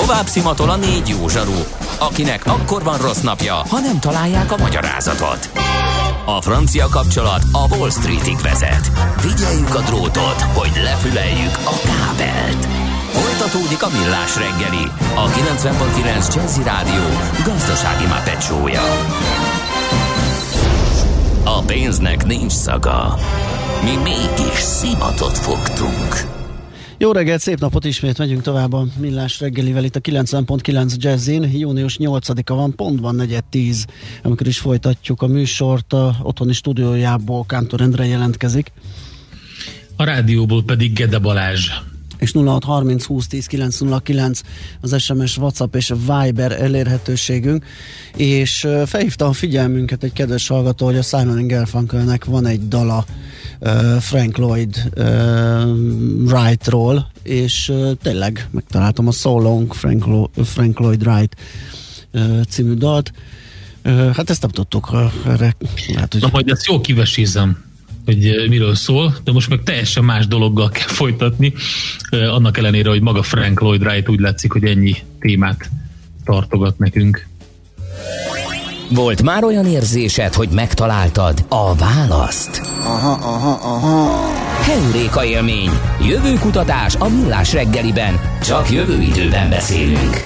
Tovább szimatol a 4 jó zsaru, akinek akkor van rossz napja, ha nem találják a magyarázatot. A francia kapcsolat a Wall Streetig vezet. Figyeljük a drótot, hogy lefüleljük a kábelt. Folytatódik a Millás reggeli, a 90.9 Jazzy Rádió gazdasági mápecsója. A pénznek nincs szaga. Mi mégis szimatot fogtunk. Jó reggelt, szép napot, ismét megyünk tovább a Millás reggelivel itt a 90.9 Jazzin. Június 8-a van, pont van 9:10, amikor is folytatjuk a műsort. A otthoni stúdiójából Kántor Endre jelentkezik. A rádióból pedig Gede Balázs. És 0630 20 10 909 az SMS, WhatsApp és Viber elérhetőségünk. És felhívta a figyelmünket egy kedves hallgató, hogy a Simon & Garfunkelnek van egy dala Frank Lloyd Wright-ról, és tényleg megtaláltam a So Long Frank Lloyd Wright című dalt. Hát ezt nem tudtuk. Lehet, hogy... Na majd ezt jól kivesézem, hogy miről szól, de most meg teljesen más dologgal kell folytatni, annak ellenére, hogy maga Frank Lloyd Wright úgy látszik, hogy ennyi témát tartogat nekünk. Volt már olyan érzésed, hogy megtaláltad a választ? Aha. Heuréka élmény, jövőkutatás a Millás reggeliben, csak jövő időben beszélünk.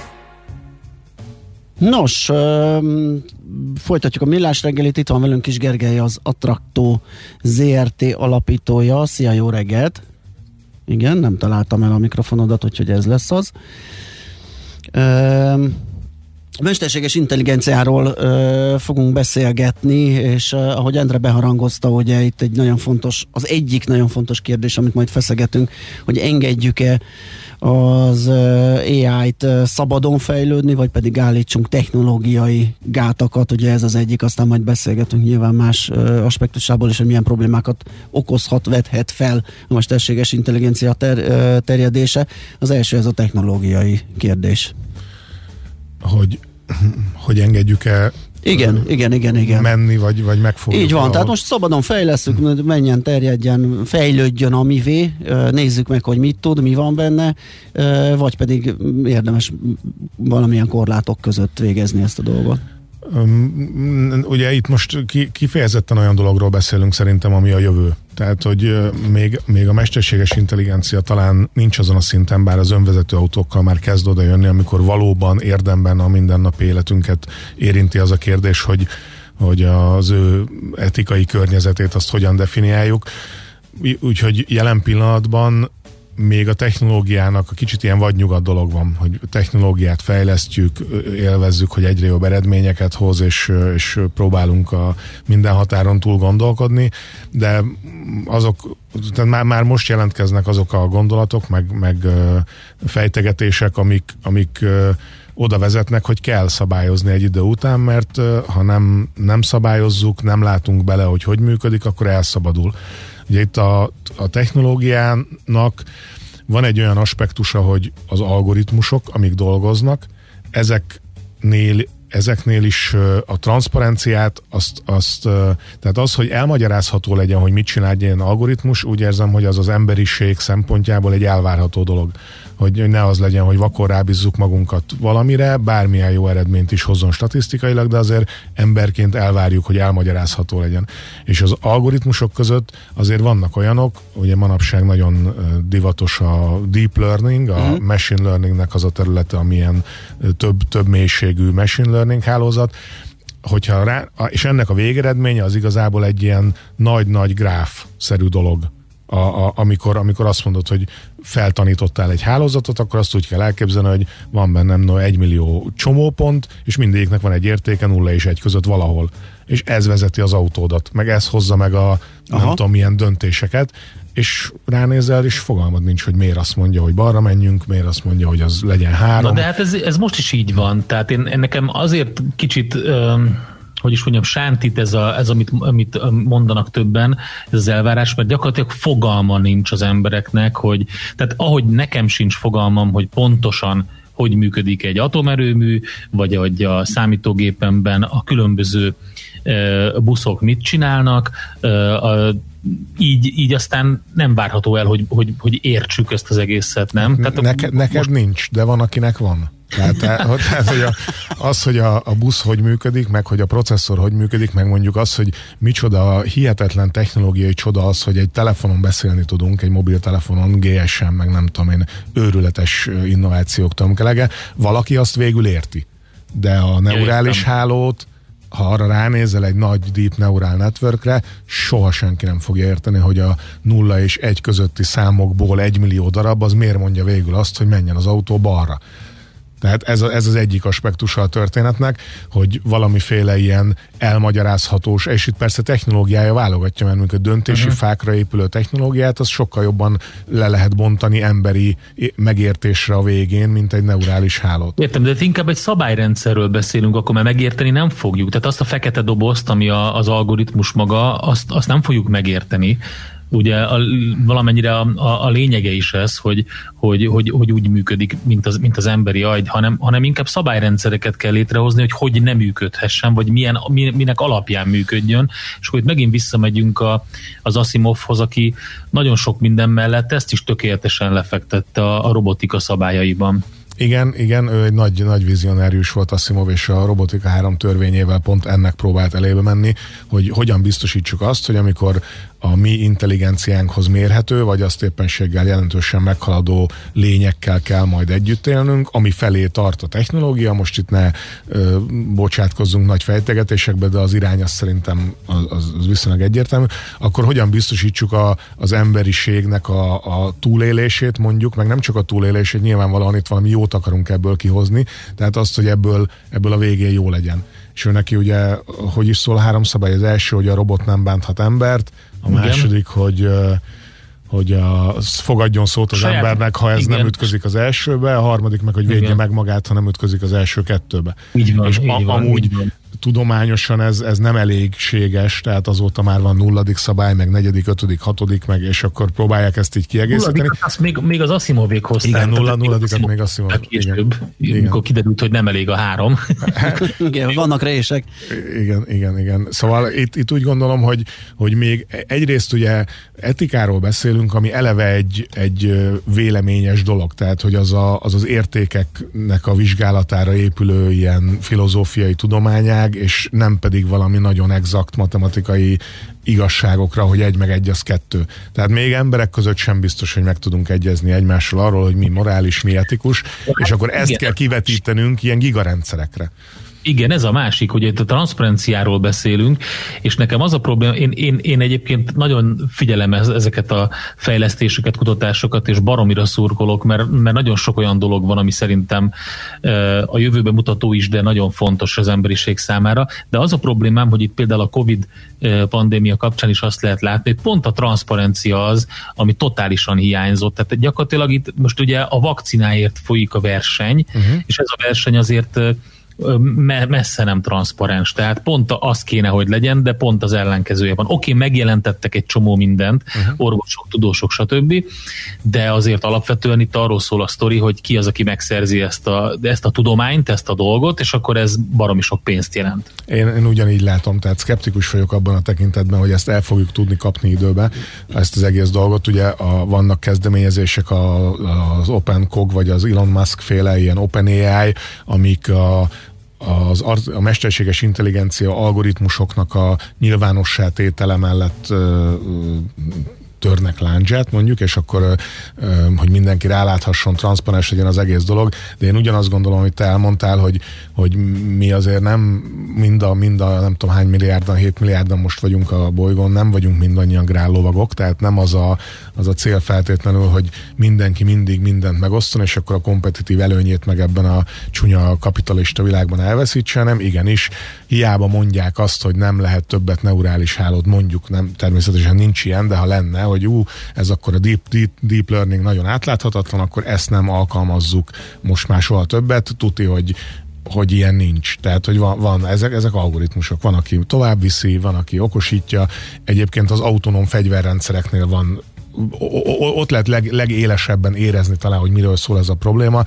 Nos, folytatjuk a Millás reggelit, itt van velünk Kis Gergely, az Attracto ZRT alapítója. Szia, jó reggelt! Igen, nem találtam el a mikrofonodat, úgyhogy ez lesz az. Mesterséges intelligenciáról fogunk beszélgetni, és ahogy Endre beharangozta, ugye itt egy nagyon fontos, az egyik nagyon fontos kérdés, amit majd feszegetünk, hogy engedjük-e az AI-t szabadon fejlődni, vagy pedig állítsunk technológiai gátakat, ugye ez az egyik, aztán majd beszélgetünk nyilván más aspektusából is, hogy milyen problémákat okozhat, vethet fel a mesterséges intelligencia terjedése. Az első ez a technológiai kérdés. Hogy engedjük-e igen. menni, vagy megfogjuk. Így van, tehát most szabadon fejleszünk, menjen, terjedjen, fejlődjön a mivé, nézzük meg, hogy mit tud, mi van benne, vagy pedig érdemes valamilyen korlátok között végezni ezt a dolgot. Ugye itt most kifejezetten olyan dologról beszélünk szerintem, ami a jövő. Tehát, hogy még a mesterséges intelligencia talán nincs azon a szinten, bár az önvezető autókkal már kezd oda jönni, amikor valóban érdemben a mindennapi életünket érinti az a kérdés, hogy az ő etikai környezetét azt hogyan definiáljuk. Úgyhogy jelen pillanatban még a technológiának a kicsit ilyen vadnyugat dolog van, hogy technológiát fejlesztjük, élvezzük, hogy egyre jobb eredményeket hoz, és próbálunk a minden határon túl gondolkodni, de tehát már most jelentkeznek azok a gondolatok, meg fejtegetések, amik oda vezetnek, hogy kell szabályozni egy idő után, mert ha nem szabályozzuk, nem látunk bele, hogy működik, akkor elszabadul. Ugye itt a technológiának van egy olyan aspektusa, hogy az algoritmusok, amik dolgoznak, ezeknél is a transzparenciát, tehát az, hogy elmagyarázható legyen, hogy mit csinál egy ilyen algoritmus, úgy érzem, hogy az emberiség szempontjából egy elvárható dolog. Hogy ne az legyen, hogy vakon rábízzuk magunkat valamire, bármilyen jó eredményt is hozzon statisztikailag, de azért emberként elvárjuk, hogy elmagyarázható legyen. És az algoritmusok között azért vannak olyanok, ugye manapság nagyon divatos a deep learning, a machine learningnek az a területe, amilyen több mélységű machine learning hálózat, és ennek a végeredménye az igazából egy ilyen nagy gráf-szerű dolog. Amikor azt mondod, hogy feltanítottál egy hálózatot, akkor azt úgy kell elképzelni, hogy van bennem 1 millió csomópont, és mindegyiknek van egy értéke 0 és 1 között valahol. És ez vezeti az autódat, meg ez hozza meg nem tudom milyen döntéseket, és ránézel, és fogalmad nincs, hogy miért azt mondja, hogy balra menjünk, miért azt mondja, hogy az legyen 3. Na de hát ez most is így van. Tehát nekem azért kicsit... hogy is mondjam, sántít ez amit mondanak többen, ez az elvárás, mert gyakorlatilag fogalma nincs az embereknek, tehát ahogy nekem sincs fogalmam, hogy pontosan hogy működik egy atomerőmű, vagy hogy a számítógépemben a különböző buszok mit csinálnak, így aztán nem várható el, hogy értsük ezt az egészet, nem? Tehát neked nincs, de van, akinek van. Tehát hogy a busz hogy működik, meg hogy a processzor hogy működik, meg mondjuk az, hogy micsoda hihetetlen technológiai csoda az, hogy egy telefonon beszélni tudunk, egy mobiltelefonon, GSM, meg nem tudom én, őrületes innovációk tömkelege, valaki azt végül érti. De a neurális hálót, ha arra ránézel egy nagy deep neural networkre, soha senki nem fogja érteni, hogy a 0 és 1 közötti számokból 1 millió darab, az miért mondja végül azt, hogy menjen az autó balra. Tehát ez az egyik aspektusa a történetnek, hogy valamiféle ilyen elmagyarázhatós, és itt persze technológiája válogatja, mert amikor döntési fákra épülő technológiát, az sokkal jobban le lehet bontani emberi megértésre a végén, mint egy neurális hálót. Értem, de inkább egy szabályrendszerről beszélünk, akkor már megérteni nem fogjuk. Tehát azt a fekete dobozt, ami az algoritmus maga, azt nem fogjuk megérteni. Ugye valamennyire a lényege is ez, hogy úgy működik, mint az emberi agy, hanem inkább szabályrendszereket kell létrehozni, hogy ne működhessen, vagy minek alapján működjön, és hogy megint visszamegyünk az Asimovhoz, aki nagyon sok minden mellett ezt is tökéletesen lefektette a robotika szabályaiban. Igen, ő egy nagy vizionárius volt, Asimov, és a robotika 3 törvényével pont ennek próbált elébe menni, hogy hogyan biztosítsuk azt, hogy amikor a mi intelligenciánkhoz mérhető, vagy azt éppenséggel jelentősen meghaladó lényekkel kell majd együtt élnünk, ami felé tart a technológia, most itt ne bocsátkozzunk nagy fejtegetésekbe, de az irány az szerintem az viszonylag egyértelmű, akkor hogyan biztosítsuk az emberiségnek a túlélését mondjuk, meg nem csak a túlélését, nyilvánvalóan itt valami jót akarunk ebből kihozni, tehát azt, hogy ebből a végén jó legyen. És ő neki ugye, hogy is szól a 3 szabály, az első, hogy a robot nem bánthat embert, a második, hogy fogadjon szót az embernek, ha ez nem ütközik az elsőbe, a harmadik meg, hogy védje meg magát, ha nem ütközik az első 2-be. Így van, és amúgy így van. Tudományosan ez nem elégséges, tehát azóta már van 0. szabály, meg 4., 5., 6. meg, és akkor próbálják ezt így kiegészíteni. Még az Asimovék hozták. Igen, 0. még Asimov. Amikor kiderült, hogy nem elég a 3. Igen, vannak rések. Igen. Szóval itt úgy gondolom, hogy még egyrészt ugye etikáról beszélünk, ami eleve egy véleményes dolog, tehát hogy az értékeknek a vizsgálatára épülő ilyen filozófiai tudományág, és nem pedig valami nagyon exakt matematikai igazságokra, hogy 1 meg 1 az 2. Tehát még emberek között sem biztos, hogy meg tudunk egyezni egymással arról, hogy mi morális, mi etikus, és akkor ezt kell kivetítenünk ilyen gigarendszerekre. Igen, ez a másik, hogy itt a transzparenciáról beszélünk, és nekem az a probléma, én egyébként nagyon figyelem ezeket a fejlesztéseket, kutatásokat, és baromira szurkolok, mert nagyon sok olyan dolog van, ami szerintem a jövőben mutató is, de nagyon fontos az emberiség számára. De az a problémám, hogy itt például a Covid pandémia kapcsán is azt lehet látni, hogy pont a transzparencia az, ami totálisan hiányzott. Tehát gyakorlatilag itt most ugye a vakcináért folyik a verseny, és ez a verseny azért messze nem transzparens, tehát pont az kéne, hogy legyen, de pont az ellenkezője van. Oké, megjelentettek egy csomó mindent, orvosok, tudósok, stb., de azért alapvetően itt arról szól a sztori, hogy ki az, aki megszerzi ezt a tudományt, ezt a dolgot, és akkor ez baromi sok pénzt jelent. Én ugyanígy látom, tehát szkeptikus vagyok abban a tekintetben, hogy ezt el fogjuk tudni kapni időbe, ezt az egész dolgot. Ugye vannak kezdeményezések az OpenCog, vagy az Elon Musk féle ilyen OpenAI, amik a mesterséges intelligencia algoritmusoknak a nyilvánossá tétele mellett törnek láncsát mondjuk, és akkor, hogy mindenki ráláthasson, transzparens legyen az egész dolog, de én ugyanazt gondolom, hogy te elmondtál, hogy mi azért nem mind a nem tudom hány milliárdan, 7 milliárdan most vagyunk a bolygón, nem vagyunk mindannyian grállovagok, tehát nem az a cél feltétlenül, hogy mindenki mindig mindent megoszton, és akkor a kompetitív előnyét meg ebben a csúnya kapitalista világban elveszítse, hanem igenis, hiába mondják azt, hogy nem lehet többet neurális hálót, mondjuk nem, természetesen nincs ilyen, de ha lenne, hogy ez akkor a deep learning nagyon átláthatatlan, akkor ezt nem alkalmazzuk most már soha többet, tuti, hogy ilyen nincs. Tehát, hogy van ezek algoritmusok. Van, aki tovább viszi, van, aki okosítja. Egyébként az autonóm fegyverrendszereknél van, ott lehet legélesebben érezni talán, hogy miről szól ez a probléma.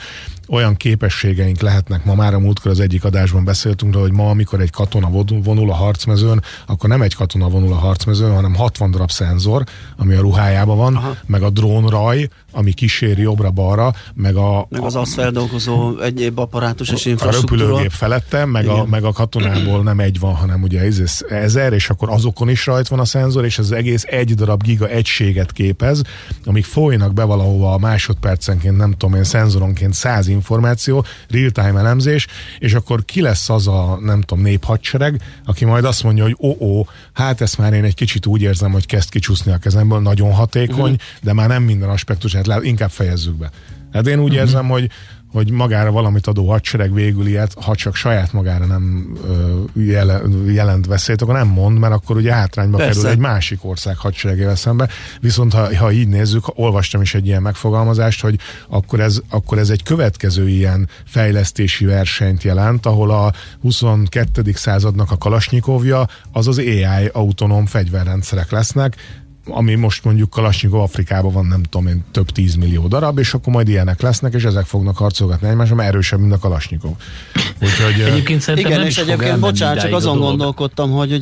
olyan képességeink lehetnek ma már, a múltkor az egyik adásban beszéltünk, hogy ma, amikor egy katona vonul a harcmezőn, akkor nem egy katona vonul a harcmezőn, hanem 60 darab szenzor, ami a ruhájában van, meg a drónraj, ami kíséri jobbra-balra, meg az azt feldolgozó egyéb apparátus és infrastruktúra. A repülőgép felette, meg a katonából nem egy van, hanem ugye 1000, és akkor azokon is rajt van a szenzor, és az egész egy darab giga egységet képez, amik folynak be valahova a másodpercenként, nem tudom én, szenzoronként 100 információ, real-time elemzés, és akkor ki lesz az a, nem tudom, néphadsereg, aki majd azt mondja, hogy hát ezt már én egy kicsit úgy érzem, hogy kezd kicsúszni a kezemből, nagyon hatékony, de már nem minden aspektus, inkább fejezzük be. Hát én úgy érzem, hogy magára valamit adó hadsereg végül ilyet, ha csak saját magára nem jelent veszélyt, akkor nem mond, mert akkor ugye hátrányba kerül egy másik ország hadseregével szembe. Viszont ha így nézzük, olvastam is egy ilyen megfogalmazást, hogy akkor ez egy következő ilyen fejlesztési versenyt jelent, ahol a 22. századnak a kalasnyikovja, az AI autonóm fegyverrendszerek lesznek, ami most mondjuk Kalasnyikov Afrikában van, nem tudom én, több 10 millió darab, és akkor majd ilyenek lesznek, és ezek fognak harcolgatni egymásra, mert erősebb, mint a Kalasnyikov. Úgyhogy, egyébként szerintem igen, és egyébként bocsánat, csak azon gondolkodtam, hogy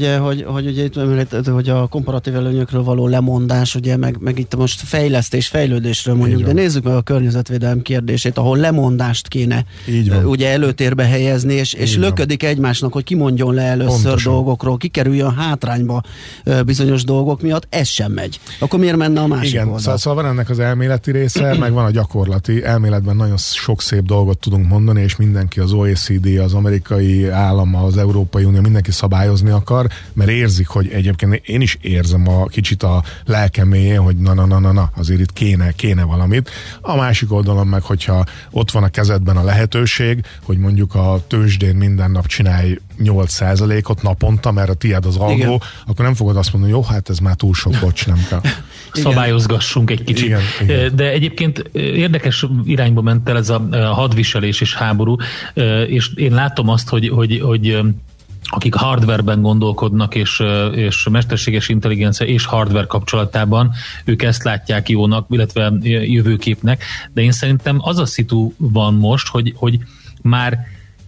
ugye a komparatív előnyökről való lemondás, ugye, meg itt most fejlődésről mondjuk, de nézzük meg a környezetvédelem kérdését, ahol lemondást kéne ugye előtérbe helyezni, és löködik egymásnak, hogy ki mondjon le először dolgokról, kikerüljön hátrányba bizonyos dolgok miatt, ez sem megy. Akkor miért menne a másik oldal? Szóval van ennek az elméleti része, meg van a gyakorlati. Elméletben nagyon sok szép dolgot tudunk mondani, és mindenki, az OECD, az amerikai állam, az Európai Unió, mindenki szabályozni akar, mert érzik, hogy egyébként én is érzem a kicsit a lelkem mélyén, hogy na, azért itt kéne valamit. A másik oldalon meg, hogyha ott van a kezedben a lehetőség, hogy mondjuk a tőzsdén minden nap csinálj 8%-ot naponta, mert a tiéd az algó, akkor nem fogod azt mondani, jó, hát ez már túl sok, bocs, nem kell. Szabályozgassunk egy kicsit. Igen. De egyébként érdekes irányba ment el ez a hadviselés és háború, és én látom azt, hogy akik hardwareben gondolkodnak, és mesterséges intelligencia és hardware kapcsolatában, ők ezt látják jónak, illetve jövőképnek, de én szerintem az a szitu van most, hogy már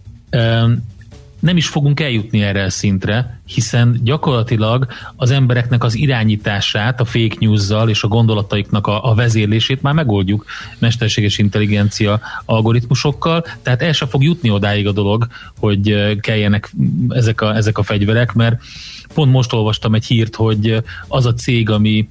nem is fogunk eljutni erre a szintre, hiszen gyakorlatilag az embereknek az irányítását, a fake news-zal és a gondolataiknak a vezérlését már megoldjuk mesterséges intelligencia algoritmusokkal, tehát el sem fog jutni odáig a dolog, hogy kelljenek ezek a fegyverek, mert pont most olvastam egy hírt, hogy az a cég, ami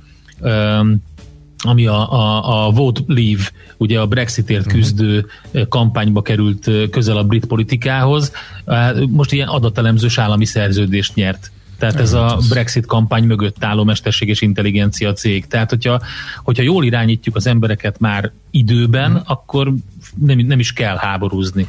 a Vote Leave, ugye a Brexitért küzdő kampányba került közel a brit politikához, most ilyen adatelemzős állami szerződést nyert. Tehát ez a Brexit kampány mögött álló mesterséges intelligencia cég. Tehát, hogyha jól irányítjuk az embereket már időben, akkor nem is kell háborúzni.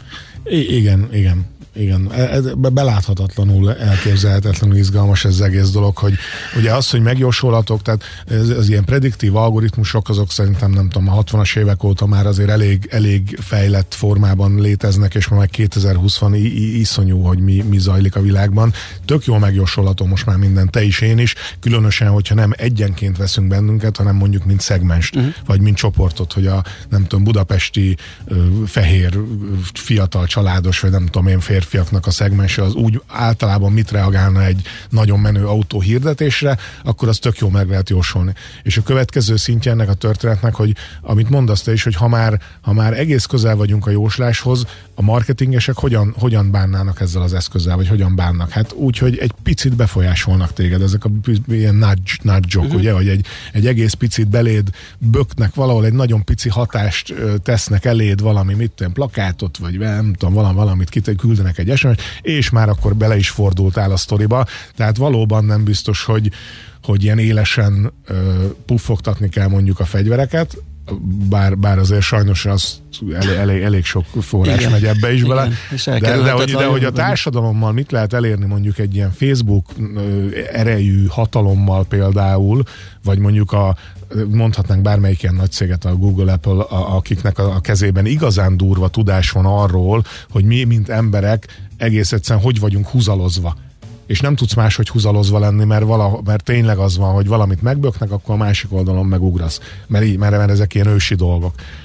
Igen, beláthatatlanul, elképzelhetetlenül izgalmas ez az egész dolog, hogy ugye az, hogy megjósolhatok, tehát az ilyen prediktív algoritmusok, azok szerintem nem tudom, a 60-as évek óta már azért elég fejlett formában léteznek, és már 2020 van iszonyú, hogy mi zajlik a világban. Tök jól megjósolható most már minden, te is, én is, különösen, hogyha nem egyenként veszünk bennünket, hanem mondjuk mint szegmenst, vagy mint csoportot, hogy a nem tudom, budapesti fehér, fiatal, családos, vagy nem tudom én férfiaknak a szegmense az úgy általában mit reagálna egy nagyon menő autó hirdetésre, akkor az tök jó meg lehet jósolni. És a következő szintje ennek a történetnek, hogy amit mondasz te is, hogy ha már egész közel vagyunk a jósláshoz, a marketingesek hogyan bánnának ezzel az eszközzel, vagy hogyan bánnak? Hát úgy, hogy egy picit befolyásolnak téged, ezek a ilyen nudge-ok, ugye, hogy egy egész picit beléd böknek valahol, egy nagyon pici hatást tesznek eléd valami, mit tudom, plakátot, vagy nem tudom, valamit küldenek egy SMS, és már akkor bele is fordultál a sztoriba. Tehát valóban nem biztos, hogy ilyen élesen puffogtatni kell mondjuk a fegyvereket, bár azért sajnos az elég sok forrás megy ebbe is bele. De hogy a társadalommal mit lehet elérni mondjuk egy ilyen Facebook erejű hatalommal például, vagy mondjuk mondhatnánk bármelyik ilyen nagy céget, a Google, Apple, akiknek a kezében igazán durva tudás van arról, hogy mi, mint emberek egész egyszerűen hogy vagyunk húzalozva. És nem tudsz máshogy húzalozva lenni, mert tényleg az van, hogy valamit megböknek, akkor a másik oldalon megugrasz. Mert ezek ilyen ősi dolgok.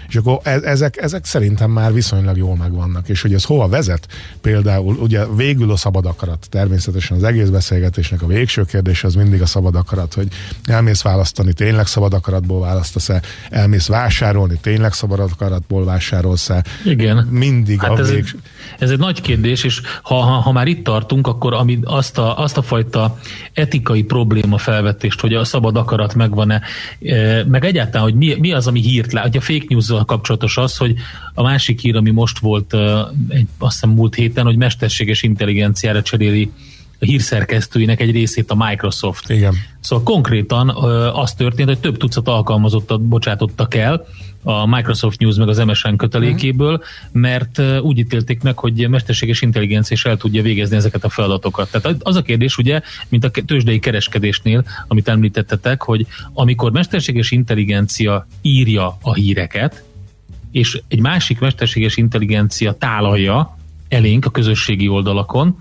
És akkor ezek szerintem már viszonylag jól megvannak. És hogy ez hova vezet? Például ugye végül a szabad akarat. Természetesen az egész beszélgetésnek a végső kérdés az mindig a szabad akarat, hogy elmész választani, tényleg szabad akaratból választasz-e, elmész vásárolni, tényleg szabad akaratból vásárolsz-e. Igen. Mindig hát ez egy nagy kérdés, és ha már itt tartunk, akkor azt a fajta etikai probléma felvetést, hogy a szabad akarat megvan-e, meg egyáltalán, hogy mi az, ami hírt lát. Hogy a fake news-zal kapcsolatos az, hogy a másik hír, ami most volt azt hiszem múlt héten, hogy mesterséges intelligenciára cseréli a hírszerkesztőinek egy részét a Microsoft. Igen. Szóval konkrétan az történt, hogy több tucat alkalmazottat bocsátottak el a Microsoft News meg az MSN kötelékéből, mert úgy ítélték meg, hogy mesterséges intelligencia is el tudja végezni ezeket a feladatokat. Tehát az a kérdés, ugye, mint a tőzsdei kereskedésnél, amit említettetek, hogy amikor mesterséges intelligencia írja a híreket, és egy másik mesterséges intelligencia tálalja elénk a közösségi oldalakon,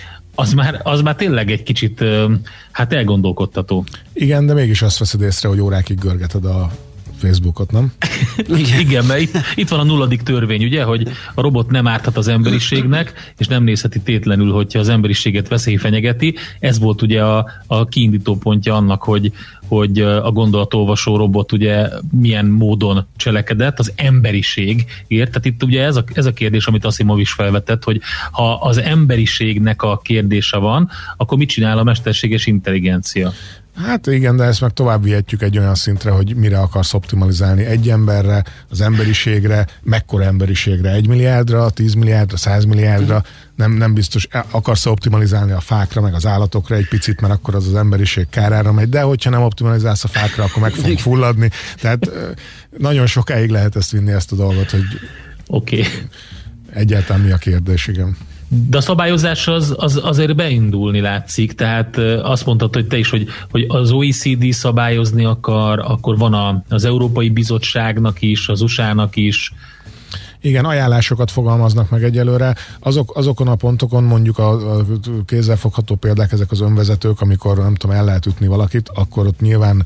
az már tényleg egy kicsit elgondolkodtató. Igen, de mégis azt veszed észre, hogy órákig görgeted a Facebookot, nem? Igen, mert itt van a 0. törvény, ugye, hogy a robot nem árthat az emberiségnek, és nem nézheti tétlenül, hogyha az emberiséget veszély fenyegeti. Ez volt ugye a kiindító pontja annak, hogy a gondolatolvasó robot ugye milyen módon cselekedett az emberiségért. Tehát itt ugye ez a kérdés, amit Asimov is felvetett, hogy ha az emberiségnek a kérdése van, akkor mit csinál a mesterséges intelligencia? Hát igen, de ezt meg tovább vihetjük egy olyan szintre, hogy mire akarsz optimalizálni egy emberre, az emberiségre, mekkora emberiségre, 1 milliárdra, 10 milliárdra, 100 milliárdra, nem biztos, akarsz optimalizálni a fákra, meg az állatokra egy picit, mert akkor az emberiség kárára megy, de hogyha nem optimalizálsz a fákra, akkor meg fog fulladni. Tehát nagyon sokáig lehet ezt vinni, ezt a dolgot, hogy okay. Egyáltalán mi a kérdés, igen. De a szabályozás azért beindulni látszik, tehát azt mondtad, hogy te is, hogy az OECD szabályozni akar, akkor van az Európai Bizottságnak is, az USA-nak is. Igen, ajánlásokat fogalmaznak meg egyelőre. Azokon a pontokon mondjuk a kézzelfogható példák, ezek az önvezetők, amikor nem tudom, el lehet ütni valakit, akkor ott nyilván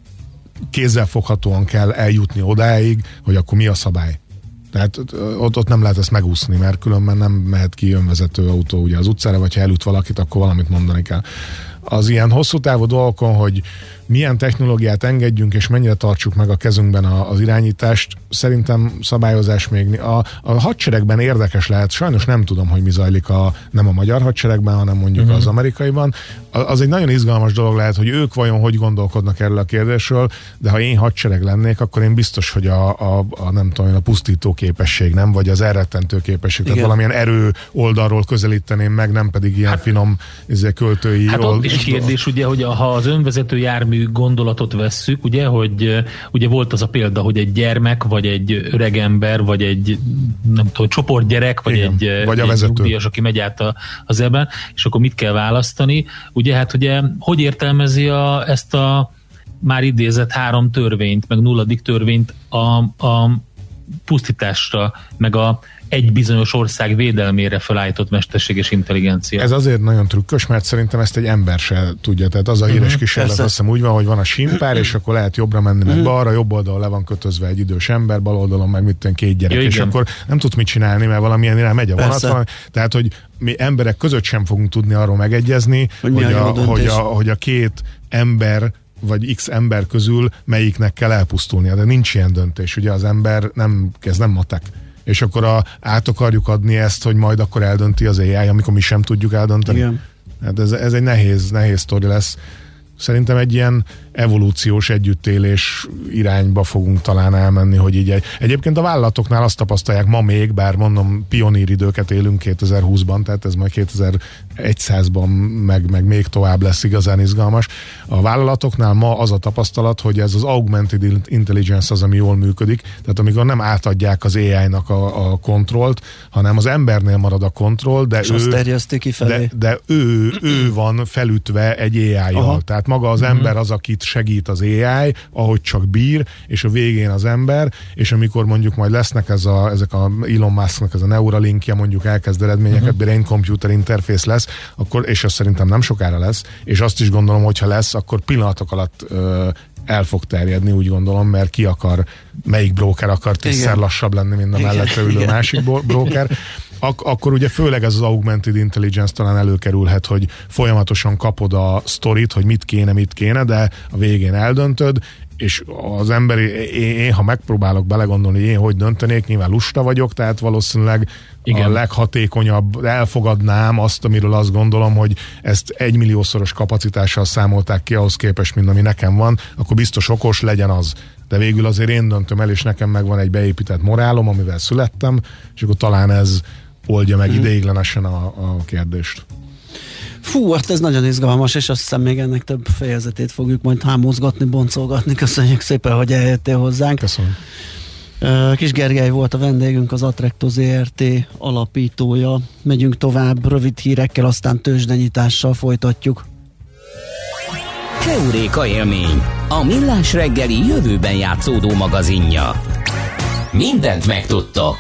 kézzelfoghatóan kell eljutni odáig, hogy akkor mi a szabály. Tehát ott nem lehet ezt megúszni, mert különben nem mehet ki önvezető autó ugye az utcára, vagy ha elüt valakit, akkor valamit mondani kell. Az ilyen hosszú távú dolgokon, hogy milyen technológiát engedjünk, és mennyire tartsuk meg a kezünkben az irányítást, szerintem szabályozás még... A hadseregben érdekes lehet, sajnos nem tudom, hogy mi zajlik nem a magyar hadseregben, hanem mondjuk az amerikaiban. Az egy nagyon izgalmas dolog lehet, hogy ők vajon hogy gondolkodnak erről a kérdésről, de ha én hadsereg lennék, akkor én biztos, hogy nem tudom, a pusztító képesség, nem? Vagy az elrettentő képesség. Igen. Tehát valamilyen erő oldalról közelíteném meg, nem pedig ilyen finom költői... Hát ott is kérdés, ugye, hogy ha az önvezető jármű gondolatot vesszük, ugye, hogy ugye volt az a példa, hogy egy gyermek, vagy egy öreg ember, vagy egy nem tudom, csoportgyerek, vagy vagy egy nyugdíjas, aki megy át az ebben, és akkor mit kell választani. Ugye, hát ugye, hogy értelmezi ezt a már idézett 3 törvényt, meg 0. törvényt a pusztításra, meg egy bizonyos ország védelmére felállított mesterséges intelligencia. Ez azért nagyon trükkös, mert szerintem ezt egy ember se tudja. Tehát az a híres kísérlet, azt hiszem úgy van, hogy van a símpár, és akkor lehet jobbra menni, meg balra, jobb oldalon le van kötözve egy idős ember, bal oldalon meg mit tudom, 2 gyerek, és akkor nem tudsz mit csinálni, mert valamilyen irány megy a vonat. Tehát, hogy mi emberek között sem fogunk tudni arról megegyezni, hogy a 2 ember vagy X ember közül melyiknek kell elpusztulnia, de nincs ilyen döntés. Ugye az ember ez nem matek. És akkor át akarjuk adni ezt, hogy majd akkor eldönti az AI, amikor mi sem tudjuk eldönteni. Igen. Hát ez egy nehéz sztori lesz. Szerintem egy ilyen evolúciós együttélés irányba fogunk talán elmenni, hogy így egyébként a vállalatoknál azt tapasztalják ma még, bár mondom, pioníridőket élünk 2020-ban, tehát ez majd 2100-ban meg még tovább lesz igazán izgalmas. A vállalatoknál ma az a tapasztalat, hogy ez az augmented intelligence az, ami jól működik, tehát amikor nem átadják az AI-nak a kontrollt, hanem az embernél marad a kontroll, de ő van felütve egy AI-jal. Tehát maga az ember az, akit segít az AI, ahogy csak bír, és a végén az ember, és amikor mondjuk majd lesznek ezek a Elon Musknak ez a Neuralinkje mondjuk elkezd eredményeket, brain-computer interface lesz, akkor, és az szerintem nem sokára lesz, és azt is gondolom, hogyha lesz, akkor pillanatok alatt el fog terjedni, úgy gondolom, mert melyik broker akar 10-szer lassabb lenni, mint a mellette ülő másik broker. Akkor ugye főleg ez az augmented intelligence talán előkerülhet, hogy folyamatosan kapod a sztorit, hogy mit kéne, de a végén eldöntöd, és az ember, én ha megpróbálok belegondolni, én hogy döntenék, nyilván lusta vagyok, tehát valószínűleg a leghatékonyabb, elfogadnám azt, amiről azt gondolom, hogy ezt 1 milliószoros kapacitással számolták ki ahhoz képest, mint ami nekem van, akkor biztos okos, legyen az. De végül azért én döntöm el, és nekem megvan egy beépített morálom, amivel születtem, és akkor talán ez oldja meg ideiglenesen a kérdést. Fú, hát ez nagyon izgalmas, és azt hiszem még ennek több fejezetét fogjuk majd hámozgatni, boncolgatni. Köszönjük szépen, hogy eljöttél hozzánk. Köszönöm. Kis Gergely volt a vendégünk, az Attracto Zrt. Alapítója. Megyünk tovább rövid hírekkel, aztán tőzsdenyitással folytatjuk. Heuréka élmény, a millás reggeli jövőben játszódó magazinja. Mindent megtudtok.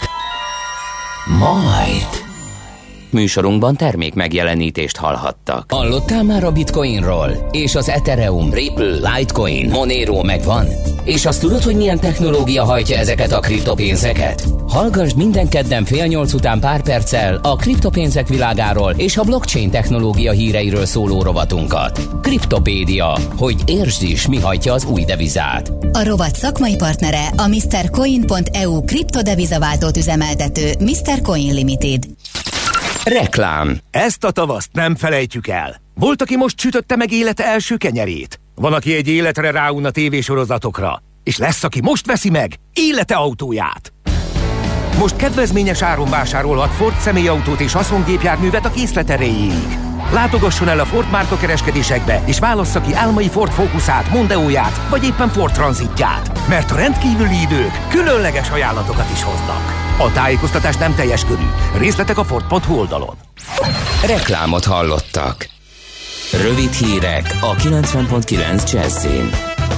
Majd. Műsorunkban termék megjelenítést hallhattak. Hallottál már a Bitcoinról? És az Ethereum, Ripple, Litecoin, Monero megvan? És azt tudod, hogy milyen technológia hajtja ezeket a kriptopénzeket? Hallgass minden kedden 7:30 után pár perccel a kriptopénzek világáról és a blockchain technológia híreiről szóló rovatunkat. Kriptopédia, hogy értsd is, mi hajtja az új devizát. A rovat szakmai partnere a MrCoin.eu kriptodevizaváltót üzemeltető Mr. Coin Limited. Reklám. Ezt a tavaszt nem felejtjük el. Volt, aki most sütötte meg élete első kenyerét. Van, aki egy életre ráun a tévésorozatokra. És lesz, aki most veszi meg élete autóját. Most kedvezményes áron vásárolhat Ford személyautót és haszongépjárművet a készlet erejéig. Látogasson el a Ford márka kereskedésekbe, és válassza ki álmai Ford Focusát, Mondeóját, vagy éppen Ford Transitját. Mert a rendkívüli idők különleges ajánlatokat is hoznak. A tájékoztatás nem teljes körű. Részletek a Ford.hu oldalon. Reklámot hallottak. Rövid hírek a 90.9 Jazzin.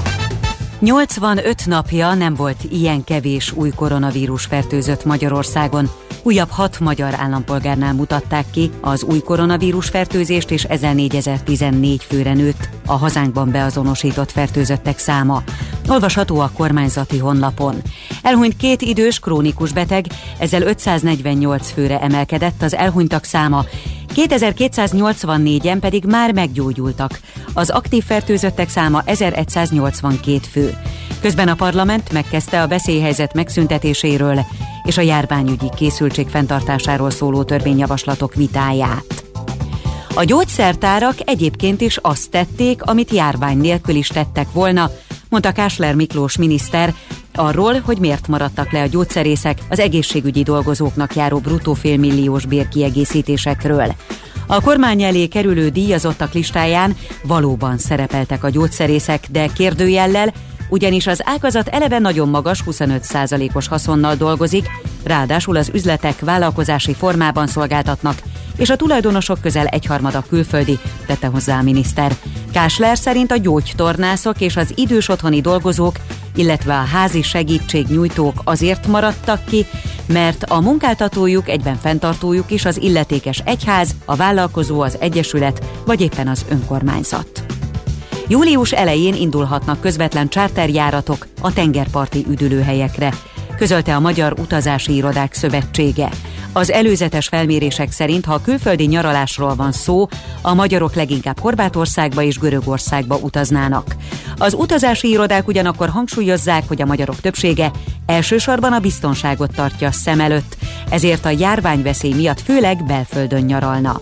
85 napja nem volt ilyen kevés új koronavírus fertőzött Magyarországon. Újabb 6 magyar állampolgárnál mutatták ki az új koronavírus fertőzést, és ezzel 4014 főre nőtt a hazánkban beazonosított fertőzöttek száma. Olvasható a kormányzati honlapon. Elhunyt 2 idős krónikus beteg, ezzel 548 főre emelkedett az elhunytak száma, 2284-en pedig már meggyógyultak. Az aktív fertőzöttek száma 1182 fő. Közben a parlament megkezdte a veszélyhelyzet megszüntetéséről és a járványügyi készültség fenntartásáról szóló törvényjavaslatok vitáját. A gyógyszertárak egyébként is azt tették, amit járvány nélkül is tettek volna, mondta Kásler Miklós miniszter arról, hogy miért maradtak le a gyógyszerészek az egészségügyi dolgozóknak járó bruttó félmilliós bérkiegészítésekről. A kormány elé kerülő díjazottak listáján valóban szerepeltek a gyógyszerészek, de kérdőjellel, ugyanis az ágazat eleve nagyon magas 25%-os haszonnal dolgozik, ráadásul az üzletek vállalkozási formában szolgáltatnak, és a tulajdonosok közel egyharmada külföldi, tette hozzá a miniszter. Kásler szerint a gyógytornászok és az idős otthoni dolgozók, illetve a házi segítségnyújtók azért maradtak ki, mert a munkáltatójuk, egyben fenntartójuk is az illetékes egyház, a vállalkozó, az egyesület, vagy éppen az önkormányzat. Július elején indulhatnak közvetlen charterjáratok a tengerparti üdülőhelyekre, közölte a Magyar Utazási Irodák Szövetsége. Az előzetes felmérések szerint, ha a külföldi nyaralásról van szó, a magyarok leginkább Horvátországba és Görögországba utaznának. Az utazási irodák ugyanakkor hangsúlyozzák, hogy a magyarok többsége elsősorban a biztonságot tartja szem előtt, ezért a járványveszély miatt főleg belföldön nyaralna.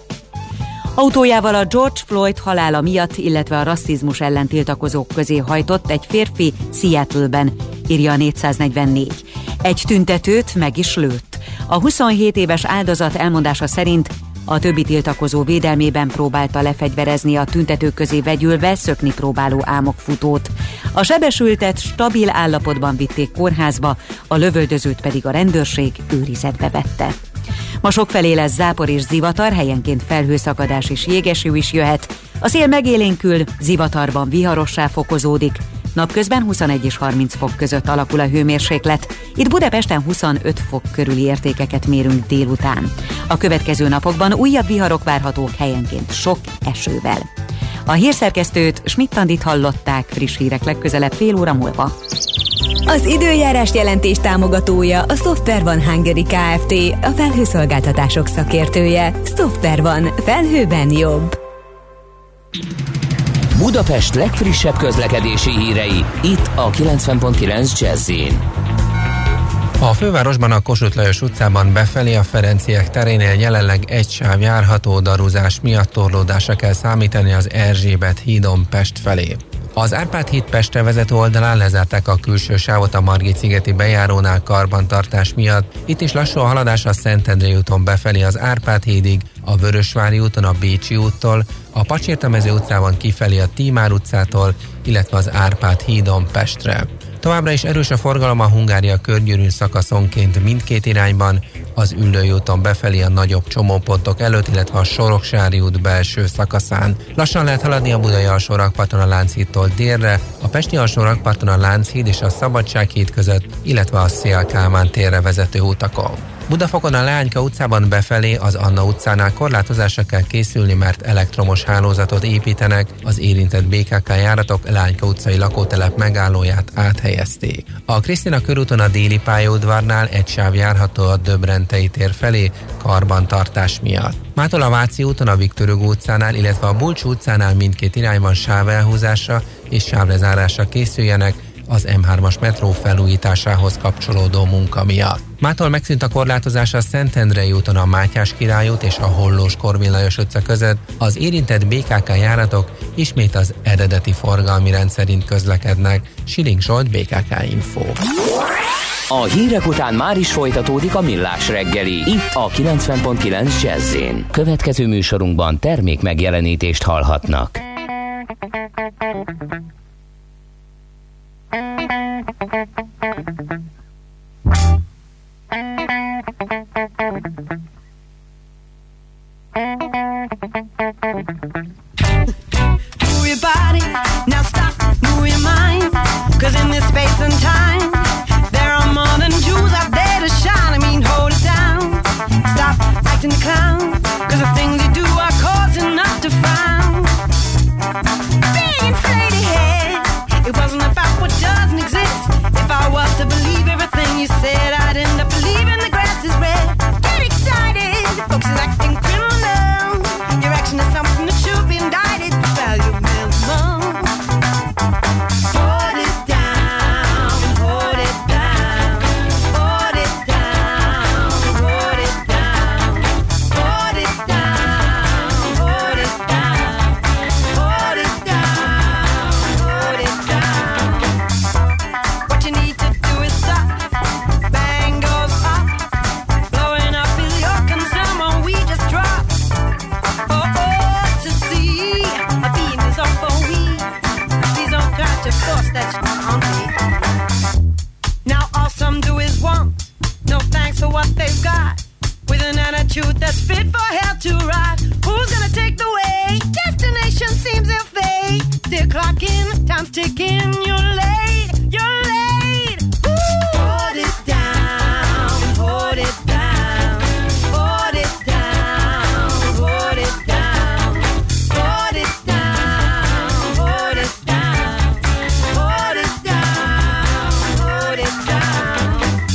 Autójával a George Floyd halála miatt, illetve a rasszizmus ellen tiltakozók közé hajtott egy férfi Seattle-ben, írja a 444. Egy tüntetőt meg is lőtt. A 27 éves áldozat elmondása szerint a többi tiltakozó védelmében próbálta lefegyverezni a tüntetők közé vegyülve szökni próbáló ámokfutót. A sebesültet stabil állapotban vitték kórházba, a lövöldözőt pedig a rendőrség őrizetbe vette. Ma sokfelé lesz zápor és zivatar, helyenként felhőszakadás és jégeső is jöhet. A szél megélénkül, zivatarban viharossá fokozódik. Napközben 21 és 30 fok között alakul a hőmérséklet. Itt Budapesten 25 fok körüli értékeket mérünk délután. A következő napokban újabb viharok várhatók, helyenként sok esővel. A hírszerkesztőt, Schmidt-Andit hallották, friss hírek legközelebb fél óra múlva. Az időjárás jelentés támogatója a SoftwareOne Hungary Kft., a felhőszolgáltatások szakértője. SoftwareOne. Felhőben jobb. Budapest legfrissebb közlekedési hírei, itt a 90.9 Jazz-in. A fővárosban a Kossuth Lajos utcában befelé a Ferenciek terénél jelenleg egy sáv járható, darúzás miatt torlódásra kell számítani az Erzsébet hídon Pest felé. Az Árpád híd Pestre vezető oldalán lezárták a külső sávot a Margit-szigeti bejárónál karbantartás miatt. Itt is lassú a haladás a Szentendrei úton befelé az Árpád hídig, a Vörösvári úton a Bécsi úttól, a Pacsirtamező utcában kifelé a Tímár utcától, illetve az Árpád hídon Pestre. Továbbra is erős a forgalom a Hungária körgyűrűn szakaszonként mindkét irányban, az Üllői úton befelé a nagyobb csomópontok előtt, illetve a Soroksári út belső szakaszán. Lassan lehet haladni a Budai alsó rakparton a Lánchídtól délre, a Pesti alsó rakparton a Lánchíd és a Szabadsághíd között, illetve a Széll Kálmán térre vezető utakon. Budafokon a Leányka utcában befelé az Anna utcánál korlátozásra kell készülni, mert elektromos hálózatot építenek, az érintett BKK járatok Leányka utcai lakótelep megállóját áthelyezték. A Krisztina körúton a déli pályaudvarnál egy sáv járható a Döbrentei tér felé karbantartás miatt. Mától a Váci úton a Viktor Hugo utcánál, illetve a Bulcsú utcánál mindkét irányban sávelhúzásra és sávrezárásra készüljenek, az M3-as metró felújításához kapcsolódó munka miatt. Mától megszűnt a korlátozás a Szentendrei úton a Mátyás Király út és a Hollós Korvin Lajos utca között. Az érintett BKK járatok ismét az eredeti forgalmi rend szerint közlekednek. Siling Zsolt, BKK Info. A hírek után már is folytatódik a Millás reggeli, itt a 90.9 Jazz-in. Következő műsorunkban termék megjelenítést hallhatnak. Move your body, now stop, move your mind. 'Cause in this space and time, there are more than Jews out there to shine. I mean, hold it down, stop acting the clown. 'Cause the things you do are causing us to frown. Being inflated head, it wasn't about what doesn't exist. If I was to believe everything you said, I'd end up believing the grass is red. Get excited, folks is acting criminal. Your action is something that should be indicted. Value minimum. Hold it down, hold it down, hold it down, hold it down, hold it down, hold it down, hold it down, hold it down. What you need to do is stop. Bang goes up. Blowing up is your concern when we just drop. Oh, to see a beam is off for we. Please don't try to force that on me. Now all some do is want. No thanks for what they've got. With an attitude that's fit for hell to ride. Who's gonna take the way? Destination seems ill fate. Still clocking, time's ticking. You're late, you're late. Ooh. Hold it down, hold it down, hold it down, hold it down, hold it down, hold it down, hold it down, hold it down.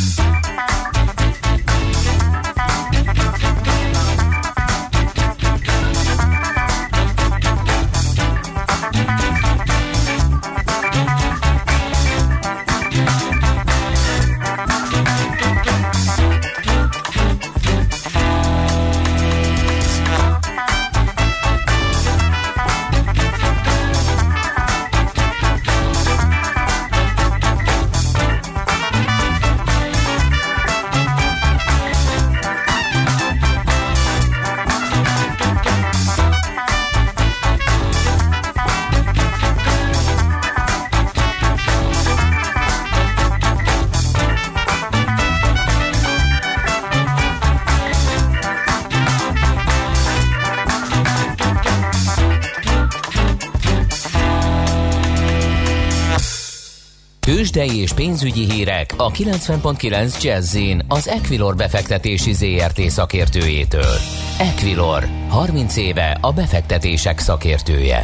Tőzsdei és pénzügyi hírek a 90.9 Jazz-in az Equilor befektetési ZRT szakértőjétől. Equilor, 30 éve a befektetések szakértője.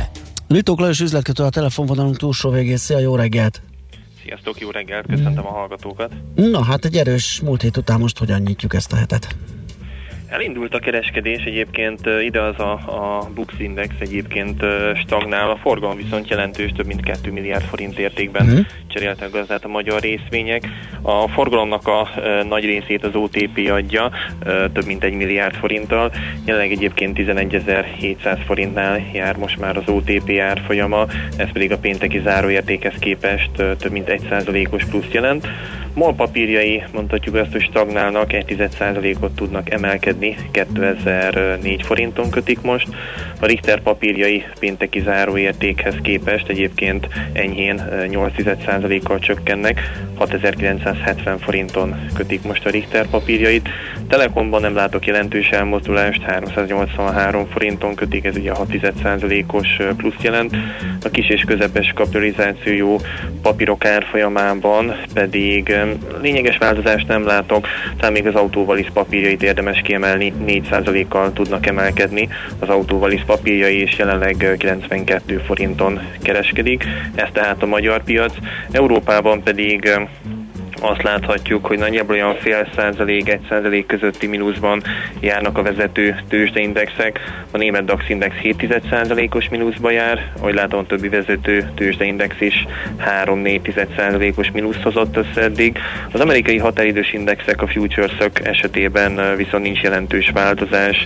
Ritók Lajos üzletkötő a telefonvonalunk túlsó végén. Szia, jó reggelt! Sziasztok, jó reggelt, köszöntöm a hallgatókat. Na hát egy erős múlt hét után most hogyan nyitjuk ezt a hetet? Elindult a kereskedés, egyébként ide az a Bux Index egyébként stagnál, a forgalom viszont jelentős, több mint 2 milliárd forint értékben cseréltek gazdát a magyar részvények. A forgalomnak a nagy részét az OTP adja, több mint 1 milliárd forinttal, jelenleg egyébként 11.700 forintnál jár most már az OTP árfolyama, ez pedig a pénteki záróértékhez képest több mint 1%-os plusz jelent. MOL papírjai, mondhatjuk azt, hogy stagnálnak, 1,1%-ot tudnak emelkedni, 2004 forinton kötik most. A Richter papírjai pénteki záróértékhez képest egyébként enyhén 8,1%-kal csökkennek, 6.970 forinton kötik most a Richter papírjait. Telekomban nem látok jelentős elmozdulást, 383 forinton kötik, ez ugye 6,1%-os plusz jelent. A kis és közepes kapitalizációjú papírok árfolyamában pedig lényeges változást nem látok, talán még az autóvalisz papírjait érdemes kiemelni, 4%-kal tudnak emelkedni az autóvalisz papírjai, és jelenleg 92 forinton kereskedik. Ez tehát a magyar piac. Európában pedig azt láthatjuk, hogy nagyjából olyan 0,5%-1% közötti mínuszban járnak a vezető tőzsdeindexek. A német DAX index 0,7%-os mínuszba jár, ahogy látom, a többi vezető tőzsdeindex is 3-4%-os mínusz hozott össze eddig. Az amerikai határidős indexek, a futuresök esetében viszont nincs jelentős változás,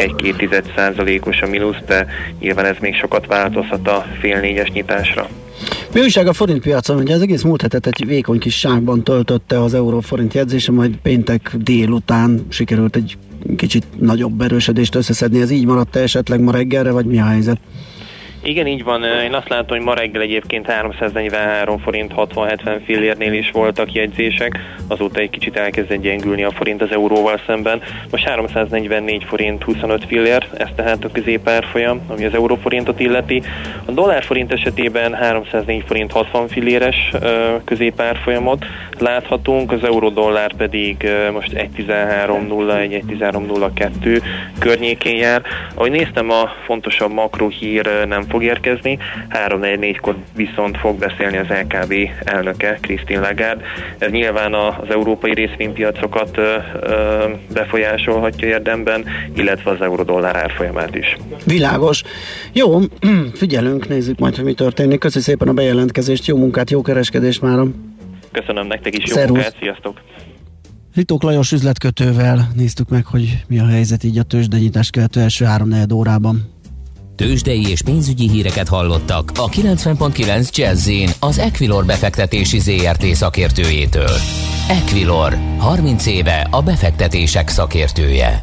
1-2%-os a mínusz, de nyilván ez még sokat változhat a fél négyes nyitásra. Mi újság a forintpiacon? Ugye az egész múlt hetet egy vékony kis sávban töltötte az euró-forint jegyzése, majd péntek délután sikerült egy kicsit nagyobb erősödést összeszedni. Ez így maradt esetleg ma reggelre, vagy mi a helyzet? Igen, így van. Én azt látom, hogy ma reggel egyébként 343 forint 60-70 fillérnél is voltak jegyzések, azóta egy kicsit elkezdett gyengülni a forint az euróval szemben. Most 344 forint 25 fillér, ez tehát a középárfolyam, ami az euróforintot illeti. A dollárforint esetében 304 forint 60 filléres középárfolyamot láthatunk, az euró-dollár pedig most 1.13.01, 1.13.02 környékén jár. Ahogy néztem, a fontosabb makrohír nem fog érkezni, 3-4-kor viszont fog beszélni az LKB elnöke, Christine Lagarde. Ez nyilván az európai részvénypiacokat befolyásolhatja érdemben, illetve az euró-dollár árfolyamát is. Világos. Jó, figyelünk, nézzük majd, hogy mi történik. Köszi szépen a bejelentkezést, jó munkát, jó kereskedést mára. Köszönöm nektek is, jó Szervusz. munkát, sziasztok! Ritók Lajos üzletkötővel néztük meg, hogy mi a helyzet így a tőzsdenyítás követő első 3-4 órában. Tőzsdei és pénzügyi híreket hallottak a 90.9 Jazz-in az Equilor befektetési ZRT szakértőjétől. Equilor, 30 éve a befektetések szakértője.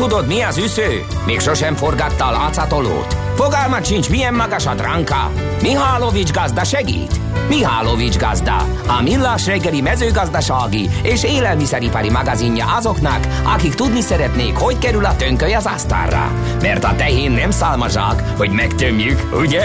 tudod, mi az üsző? Még sosem forgatta a látszatolót? Fogalmat sincs, milyen magas a dránka? Mihálovics gazda segít? Mihálovics gazda, a millás reggeli mezőgazdasági és élelmiszeripari magazinja azoknak, akik tudni szeretnék, hogy kerül a tönköly az asztalra. Mert a tehén nem szálmazsák, hogy megtömjük, ugye?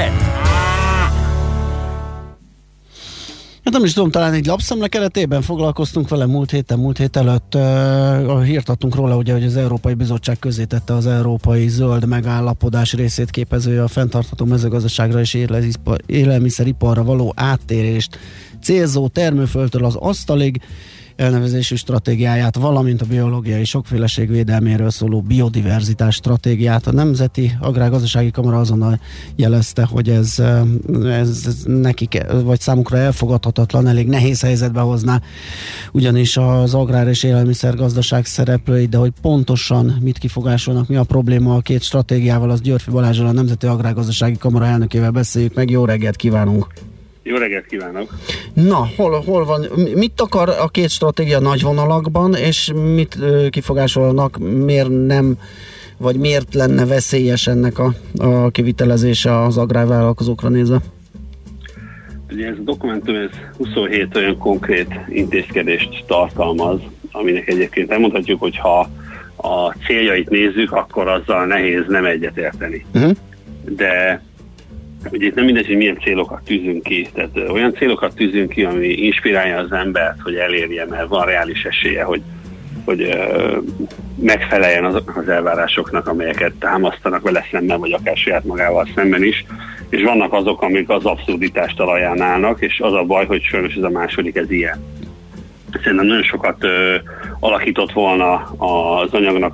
Hát nem is tudom, talán egy lapszemle keretében foglalkoztunk vele múlt hét előtt. Hírt adtunk róla, ugye, hogy az Európai Bizottság közzétette az Európai Zöld Megállapodás részét képező a fenntartható mezőgazdaságra és élelmiszeriparra való áttérést célzó termőföldtől az asztalig elnevezésű stratégiáját, valamint a biológiai sokféleség védelméről szóló biodiverzitás stratégiát. A Nemzeti Agrárgazdasági Kamara azonnal jelezte, hogy ez nekik, vagy számukra elfogadhatatlan, elég nehéz helyzetbe hozná ugyanis az agrár és élelmiszergazdaság szereplői, de hogy pontosan mit kifogásolnak, mi a probléma a két stratégiával, az Györfi Balázsral, a Nemzeti Agrárgazdasági Kamara elnökével beszéljük meg. Jó reggelt kívánunk! Jó reggelt kívánok! Na, hol van, mit akar a két stratégia nagy vonalakban, és mit kifogásolnak, miért nem, vagy miért lenne veszélyes ennek a kivitelezése az agrárvállalkozókra nézve? Ugye ez a dokumentum, ez 27 olyan konkrét intézkedést tartalmaz, aminek egyébként elmondhatjuk, hogy ha a céljait nézzük, akkor azzal nehéz nem egyetérteni. De ugye itt nem mindegy, hogy milyen célokat tűzünk ki. Tehát olyan célokat tűzünk ki, ami inspirálja az embert, hogy elérje, mert van reális esélye, hogy megfeleljen az elvárásoknak, amelyeket támasztanak vele szemben, vagy akár saját magával szemben is. És vannak azok, amik az abszurditást talaján állnak, és az a baj, hogy sajnos ez a második, ez ilyen. Szerintem nagyon sokat alakított volna az anyagnak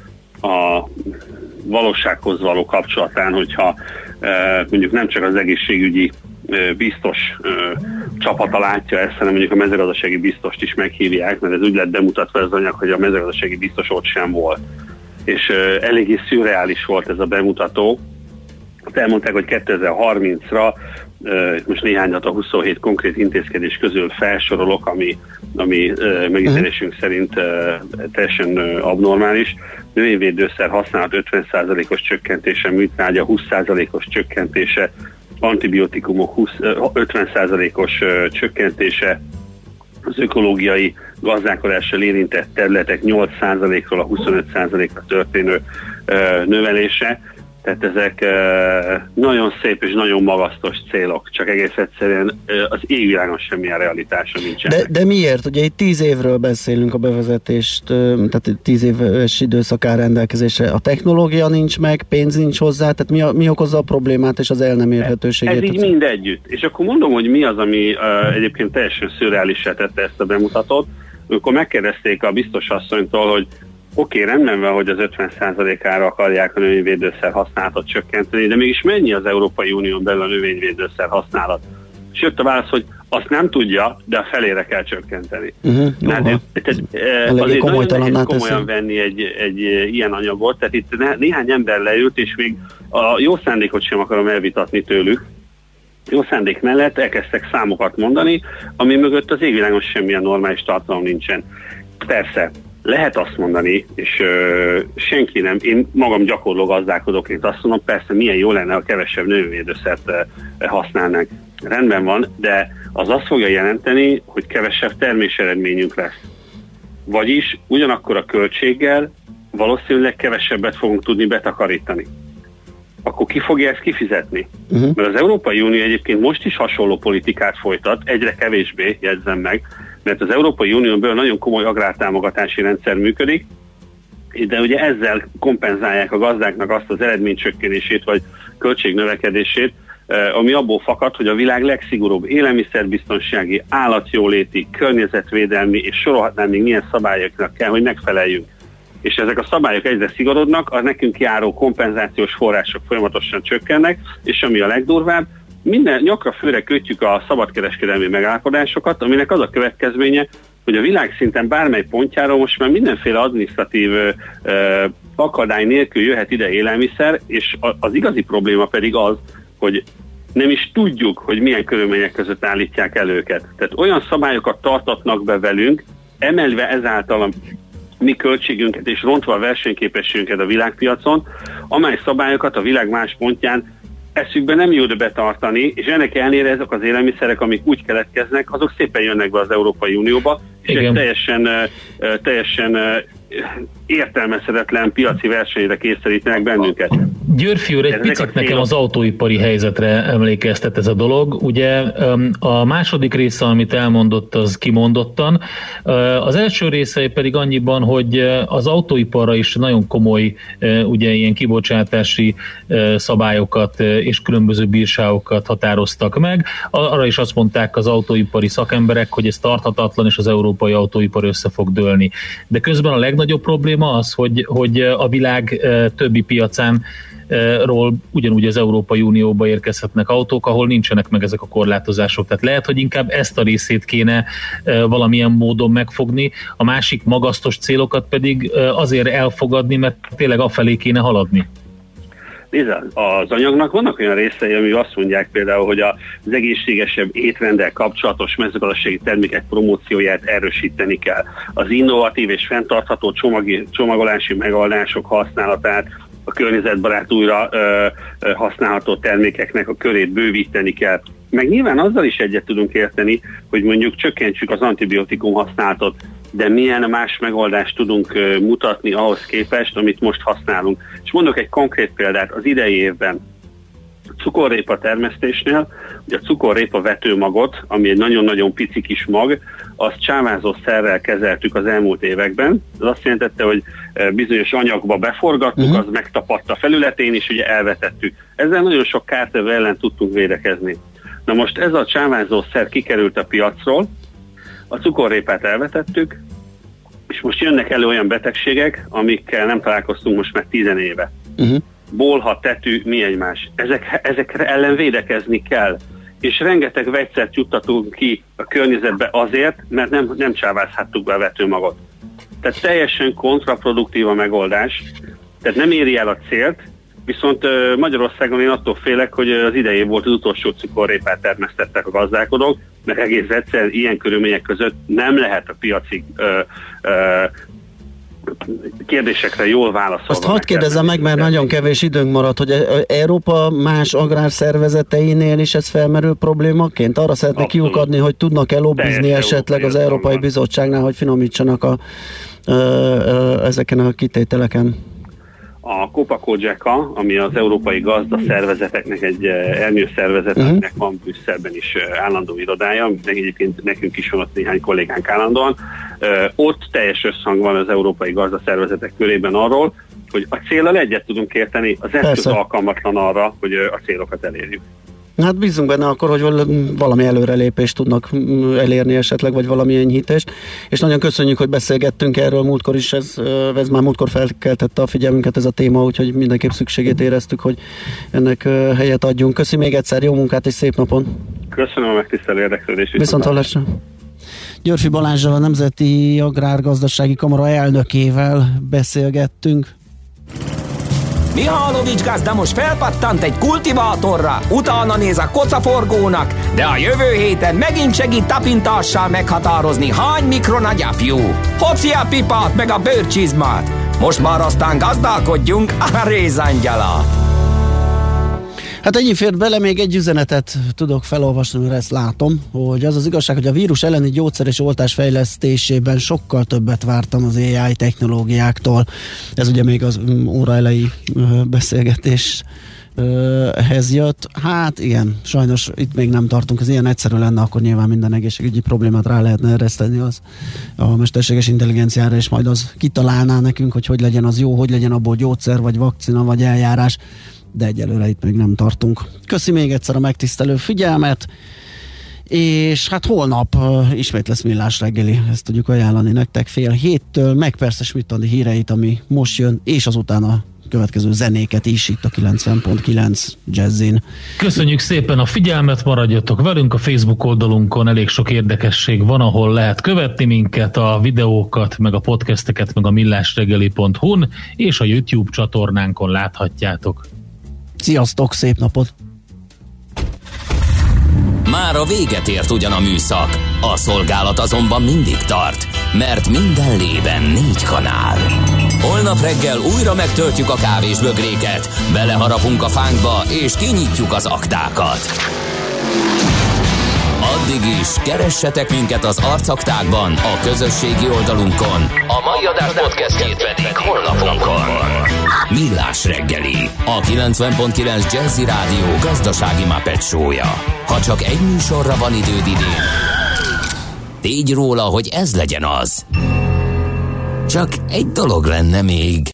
a valósághoz való kapcsolatán, hogyha mondjuk nem csak az egészségügyi biztos csapata látja ezt, hanem mondjuk a mezőgazdasági biztost is meghívják, mert ez úgy lett bemutatva az anyag, hogy a mezőgazdasági biztos ott sem volt. És eléggé szürreális volt ez a bemutató. Elmondták, hogy 2030-ra, most néhányat a 27 konkrét intézkedés közül felsorolok, ami megítélésünk szerint teljesen abnormális. Növényvédőszer használat 50%-os csökkentése, műtrágya 20%-os csökkentése, antibiotikumok 50%-os csökkentése, az ökológiai gazdálkodással érintett területek 8%-ról a 25%-ra történő növelése. Tehát ezek nagyon szép és nagyon magasztos célok, csak egész egyszerűen az égvilágon semmilyen realitása nincsen. De miért? Ugye itt 10 évről beszélünk a bevezetést, tehát 10 éves időszak áll rendelkezésre. A technológia nincs meg, pénz nincs hozzá, tehát mi okozza a problémát és az el nem érhetőségét? Ez így mind együtt. És akkor mondom, hogy mi az, ami egyébként teljesen szürreálisá tette ezt a bemutatót. Akkor megkérdezték a biztos asszonytól, hogy oké, rendben van, hogy az 50%-ára akarják a növényvédőszer használatot csökkenteni, de mégis mennyi az Európai Unión belül a növényvédőszer használat? És jött a válasz, hogy azt nem tudja, de a felére kell csökkenteni. Azért nagyon nehéz komolyan venni egy ilyen anyagot, tehát itt néhány ember leült, és még a jó szándékot sem akarom elvitatni tőlük. Jó szándék mellett elkezdtek számokat mondani, ami mögött az égvilágon semmilyen normális tartalom nincsen. Persze, lehet azt mondani, és senki nem, én magam gyakorló gazdálkodóként azt mondom, persze milyen jó lenne, ha kevesebb növényvédőszert használnánk. Rendben van, de az azt fogja jelenteni, hogy kevesebb terméseredményünk lesz. Vagyis ugyanakkor a költséggel valószínűleg kevesebbet fogunk tudni betakarítani. Akkor ki fogja ezt kifizetni? Mert az Európai Unió egyébként most is hasonló politikát folytat, egyre kevésbé, jegyzem meg, mert az Európai Uniónból nagyon komoly agrártámogatási rendszer működik, de ugye ezzel kompenzálják a gazdáknak azt az eredménycsökkenését vagy költségnövekedését, ami abból fakad, hogy a világ legszigorúbb élelmiszerbiztonsági, állatjóléti, környezetvédelmi és sorolhatnám még milyen szabályoknak kell, hogy megfeleljünk. És ezek a szabályok egyre szigorodnak, a nekünk járó kompenzációs források folyamatosan csökkennek, és ami a legdurvább, minden nyakra főre kötjük a szabadkereskedelmi megállapodásokat, aminek az a következménye, hogy a világ szinten bármely pontjáról most már mindenféle adminisztratív akadály nélkül jöhet ide élelmiszer, és az igazi probléma pedig az, hogy nem is tudjuk, hogy milyen körülmények között állítják el őket. Tehát olyan szabályokat tartatnak be velünk, emelve ezáltal mi költségünket és rontva a versenyképességünket a világpiacon, amely szabályokat a világ más pontján eszükbe nem jut betartani, és ennek ellenére ezek az élelmiszerek, amik úgy keletkeznek, azok szépen jönnek be az Európai Unióba, és egy teljesen értelmezhetetlen piaci versenyre kényszerítenek bennünket. Györfi úr, egy picit nekem az autóipari helyzetre emlékeztet ez a dolog. Ugye a második része, amit elmondott, az kimondottan. Az első része pedig annyiban, hogy az autóiparra is nagyon komoly ugye ilyen kibocsátási szabályokat és különböző bírságokat határoztak meg. Arra is azt mondták az autóipari szakemberek, hogy ez tarthatatlan, és az európai autóipar össze fog dőlni. De közben a legnagyobb probléma az, hogy a világ többi piacán ról ugyanúgy az Európai Unióba érkezhetnek autók, ahol nincsenek meg ezek a korlátozások. Tehát lehet, hogy inkább ezt a részét kéne valamilyen módon megfogni, a másik magasztos célokat pedig azért elfogadni, mert tényleg afelé kéne haladni. Nézd, az anyagnak vannak olyan részei, ami azt mondják például, hogy az egészségesebb étrenddel kapcsolatos mezőgazdasági termékek promócióját erősíteni kell. Az innovatív és fenntartható csomagolási megoldások használatát, a környezetbarát újra használható termékeknek a körét bővíteni kell. Meg nyilván azzal is egyet tudunk érteni, hogy mondjuk csökkentsük az antibiotikum használatot, de milyen más megoldást tudunk mutatni ahhoz képest, amit most használunk. És mondok egy konkrét példát, az idei évben cukorrépa termesztésnél, ugye a cukorrépa vetőmagot, ami egy nagyon-nagyon pici kis mag, azt csávázó szerrel kezeltük az elmúlt években. Ez azt jelentette, hogy bizonyos anyagba beforgattuk, az megtapadt a felületén, és ugye elvetettük. Ezzel nagyon sok kártevő ellen tudtunk védekezni. Na most ez a csávázó szer kikerült a piacról, a cukorrépát elvetettük, és most jönnek elő olyan betegségek, amikkel nem találkoztunk most már 10 éve. Bolha, tetű, mi egymás. Ezekre ellen védekezni kell. És rengeteg vegyszert juttatunk ki a környezetbe azért, mert nem csávázhattuk be a vetőmagot. Tehát teljesen kontraproduktív a megoldás, tehát nem éri el a célt, viszont Magyarországon én attól félek, hogy az idején volt az utolsó cukorrépát termesztettek a gazdálkodók, mert egész egyszer ilyen körülmények között nem lehet a piaci kérdésekre jól válaszolni. Azt hadd kérdezzem meg, mert nagyon kevés időnk maradt, hogy Európa más agrárszervezeteinél is ez felmerül problémaként? Arra szeretnék kiukadni, hogy tudnak-e lobbizni esetleg az Európai Bizottságnál, hogy finomítsanak ezeken a kitételeken? A Copa-Cogeca, ami az európai gazdaszervezeteknek egy ernyőszervezeteknek van Brüsszelben is állandó irodája, meg egyébként nekünk is van ott néhány kollégánk állandóan. Ott teljes összhang van az európai gazdaszervezetek körében arról, hogy a céllal egyet tudunk érteni, az eszköz alkalmatlan arra, hogy a célokat elérjük. Hát bízunk benne akkor, hogy valami előrelépést tudnak elérni esetleg, vagy valami enyhítést. És nagyon köszönjük, hogy beszélgettünk erről múltkor is, ez már múltkor felkeltette a figyelmünket ez a téma, úgyhogy mindenképp szükségét éreztük, hogy ennek helyet adjunk. Köszi még egyszer, jó munkát és szép napon! Köszönöm a megtisztelő érdeklődést! Viszont hallásra! Györfi Balázsral, a Nemzeti Agrárgazdasági Kamara elnökével beszélgettünk. Mihálovics gazda most felpattant egy kultivátorra, utána néz a kocaforgónak, de a jövő héten megint segít tapintással meghatározni, hány mikron a gyapjú. Hoci a pipát meg a bőrcsizmát. Most már aztán gazdálkodjunk a rézangyala. Hát ennyi fért bele, még egy üzenetet tudok felolvasni, mert ezt látom, hogy az az igazság, hogy a vírus elleni gyógyszer és oltás fejlesztésében sokkal többet vártam az AI technológiáktól. Ez ugye még az óra elejé beszélgetéshez jött. Hát igen, sajnos itt még nem tartunk, ez ilyen egyszerű lenne, akkor nyilván minden egészségügyi problémát rá lehetne ereszteni az a mesterséges intelligenciára, és majd az kitalálná nekünk, hogy legyen az jó, hogy legyen abból gyógyszer, vagy vakcina, vagy eljárás, de egyelőre itt még nem tartunk. Köszi még egyszer a megtisztelő figyelmet, és hát holnap ismét lesz Millás reggeli, ezt tudjuk ajánlani nektek 6:30, meg persze Schmidt-Andi híreit, ami most jön, és azután a következő zenéket is itt a 90.9 Jazzin. Köszönjük szépen a figyelmet, maradjatok velünk, a Facebook oldalunkon elég sok érdekesség van, ahol lehet követni minket, a videókat, meg a podcasteket, meg a millásreggeli.hu-n, és a YouTube csatornánkon láthatjátok. Sziasztok, szép napot! Már a véget ért ugyan a műszak, a szolgálat azonban mindig tart, mert minden lében 4 kanál. Holnap reggel újra megtöltjük a kávés bögréket, beleharapunk a fánkba és kinyitjuk az aktákat. Addig is keressetek minket az arcaktákban, a közösségi oldalunkon. A mai adás podcastjét pedig honlapunkon. Millás reggeli, a 90.9 Jazzy Rádió gazdasági Muppet show-ja. Ha csak egy műsorra van időd idén, tégy róla, hogy ez legyen az. Csak egy dolog lenne még.